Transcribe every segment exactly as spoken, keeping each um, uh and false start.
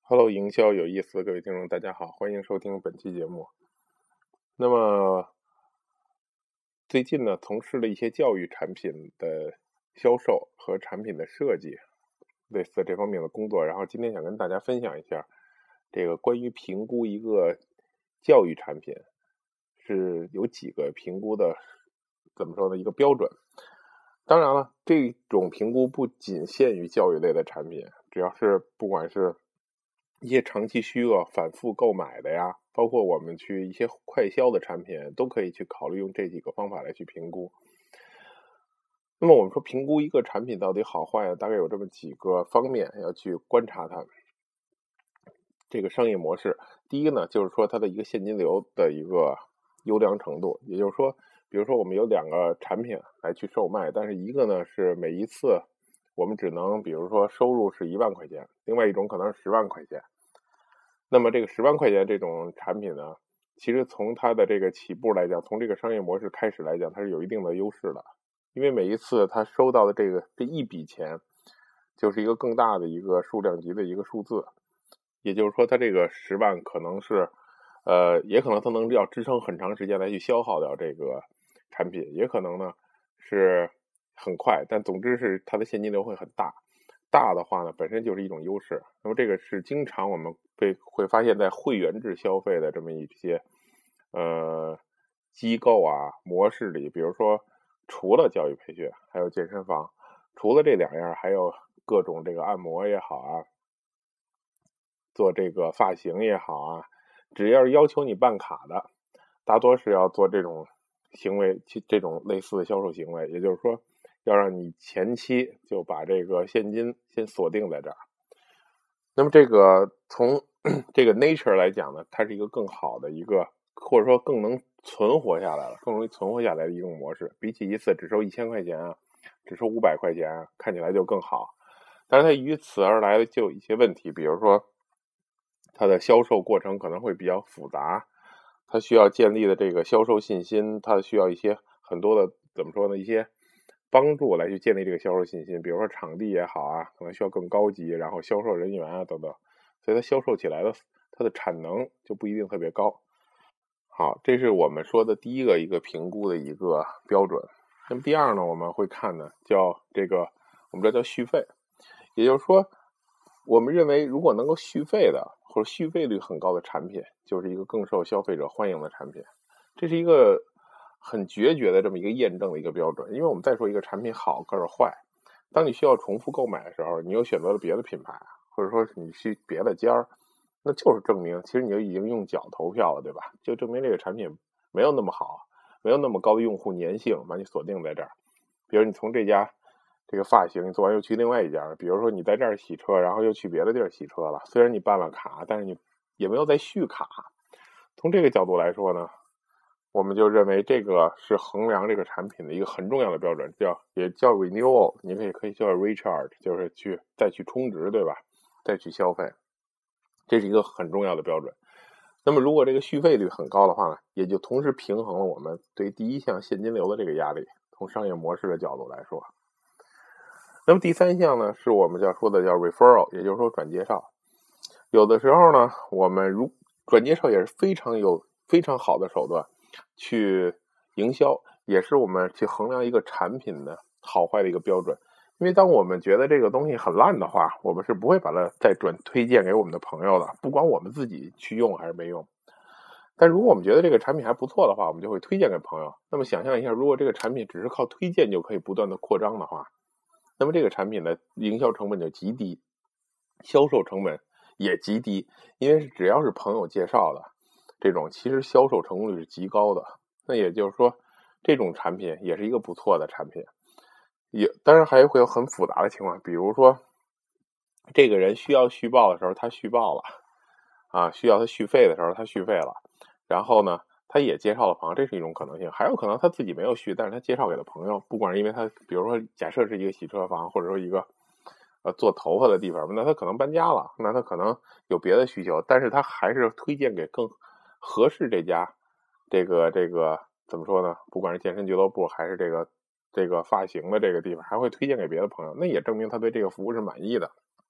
Hello，营销有意思，各位听众，大家好，欢迎收听本期节目。那么最近呢，从事了一些教育产品的销售和产品的设计，类似这方面的工作。然后今天想跟大家分享一下，这个关于评估一个教育产品是有几个评估的，怎么说呢？一个标准。当然了，这种评估不仅限于教育类的产品，只要是不管是一些长期需要反复购买的呀，包括我们去一些快销的产品，都可以去考虑用这几个方法来去评估。那么我们说评估一个产品到底好坏，大概有这么几个方面要去观察它这个商业模式。第一个呢，就是说它的一个现金流的一个优良程度，也就是说，比如说我们有两个产品来去售卖，但是一个呢是每一次我们只能比如说收入是一万块钱，另外一种可能是十万块钱。那么这个十万块钱这种产品呢，其实从它的这个起步来讲，从这个商业模式开始来讲，它是有一定的优势的。因为每一次它收到的这个这一笔钱，就是一个更大的一个数量级的一个数字。也就是说，它这个十万可能是，呃，也可能它能要支撑很长时间来去消耗掉这个产品，也可能呢是很快，但总之是它的现金流会很大。大的话呢，本身就是一种优势。那么这个是经常我们会会发现，在会员制消费的这么一些呃机构啊模式里，比如说除了教育培训，还有健身房，除了这两样，还有各种这个按摩也好啊，做这个发型也好啊，只要是要求你办卡的，大多是要做这种行为，这种类似的销售行为。也就是说，要让你前期就把这个现金先锁定在这儿。那么这个从这个 nature 来讲呢，它是一个更好的一个，或者说更能存活下来了，更容易存活下来的一种模式。比起一次只收一千块钱啊，只收五百块钱啊，看起来就更好。但是它于此而来的就有一些问题，比如说它的销售过程可能会比较复杂，它需要建立的这个销售信心，它需要一些很多的怎么说呢，一些帮助来去建立这个销售信心。比如说场地也好啊，可能需要更高级，然后销售人员啊等等，所以它销售起来的它的产能就不一定特别高。好，这是我们说的第一个一个评估的一个标准。那么第二呢，我们会看呢，叫这个我们这叫续费，也就是说，我们认为如果能够续费的或者续费率很高的产品，就是一个更受消费者欢迎的产品。这是一个很决绝的这么一个验证的一个标准。因为我们再说一个产品好或者坏，当你需要重复购买的时候，你又选择了别的品牌，或者说是你去别的家儿，那就是证明其实你就已经用脚投票了，对吧？就证明这个产品没有那么好，没有那么高的用户粘性，把你锁定在这儿。比如你从这家这个发型你做完又去另外一家，比如说你在这儿洗车，然后又去别的地儿洗车了，虽然你办了卡，但是你也没有再续卡。从这个角度来说呢，我们就认为这个是衡量这个产品的一个很重要的标准，叫也叫 renewal， 你可以可以叫 recharge， 就是去再去充值，对吧？再去消费，这是一个很重要的标准。那么如果这个续费率很高的话呢，也就同时平衡了我们对第一项现金流的这个压力，从商业模式的角度来说。那么第三项呢，是我们要说的叫 referral， 也就是说转介绍。有的时候呢，我们如转介绍也是非常有非常好的手段去营销，也是我们去衡量一个产品的好坏的一个标准。因为当我们觉得这个东西很烂的话，我们是不会把它再转推荐给我们的朋友的，不管我们自己去用还是没用。但如果我们觉得这个产品还不错的话，我们就会推荐给朋友。那么想象一下，如果这个产品只是靠推荐就可以不断的扩张的话，那么这个产品的营销成本就极低，销售成本也极低。因为只要是朋友介绍的这种，其实销售成功率是极高的。那也就是说，这种产品也是一个不错的产品。也当然还会有很复杂的情况，比如说这个人需要续报的时候他续报了啊，需要他续费的时候他续费了，然后呢他也介绍了朋友，这是一种可能性。还有可能他自己没有续，但是他介绍给了朋友，不管是因为他比如说假设是一个洗车房，或者说一个呃做头发的地方，那他可能搬家了，那他可能有别的需求，但是他还是推荐给更合适这家这个这个怎么说呢，不管是健身俱乐部还是这个这个发型的这个地方，还会推荐给别的朋友，那也证明他对这个服务是满意的。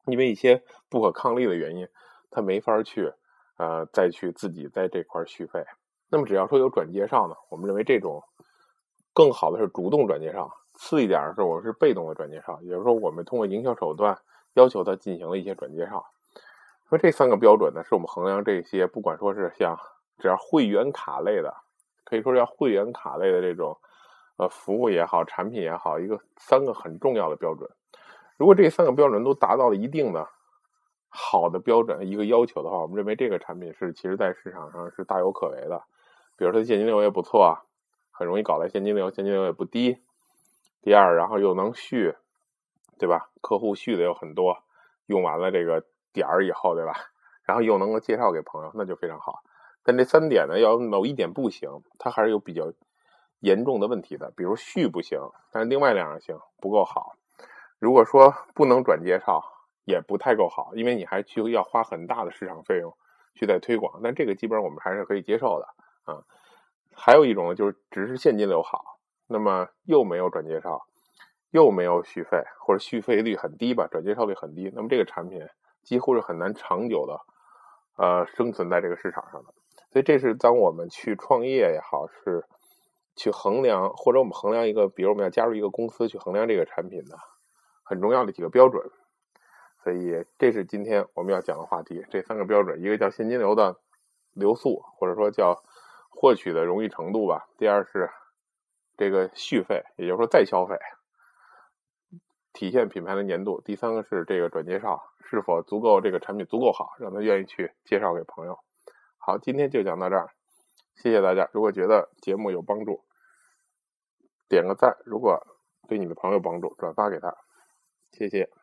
因为一些不可抗力的原因，他没法去呃再去自己在这块续费。那么只要说有转介绍呢，我们认为这种更好的是主动转介绍，次一点是我们是被动的转介绍，也就是说我们通过营销手段要求他进行了一些转介绍。那这三个标准呢，是我们衡量这些不管说是像只要会员卡类的，可以说是要会员卡类的这种呃服务也好，产品也好，一个三个很重要的标准。如果这三个标准都达到了一定的好的标准一个要求的话，我们认为这个产品是其实在市场上是大有可为的。比如说现金流也不错啊，很容易搞来现金流，现金流也不低。第二，然后又能续，对吧？客户续的有很多，用完了这个点儿以后，对吧？然后又能够介绍给朋友，那就非常好。但这三点呢，要有某一点不行，它还是有比较严重的问题的。比如续不行，但是另外两样行，不够好。如果说不能转介绍，也不太够好，因为你还需要花很大的市场费用去在推广，但这个基本上我们还是可以接受的啊。还有一种就是只是现金流好，那么又没有转介绍，又没有续费，或者续费率很低吧，转介绍率很低，那么这个产品几乎是很难长久的呃生存在这个市场上的。所以这是当我们去创业也好，是去衡量，或者我们衡量一个，比如我们要加入一个公司去衡量这个产品的很重要的几个标准。所以这是今天我们要讲的话题，这三个标准，一个叫现金流的流速，或者说叫获取的容易程度吧。第二是这个续费，也就是说再消费，体现品牌的粘度。第三个是这个转介绍是否足够，这个产品足够好，让他愿意去介绍给朋友。好，今天就讲到这儿，谢谢大家。如果觉得节目有帮助，点个赞；如果对你的朋友帮助，转发给他，谢谢。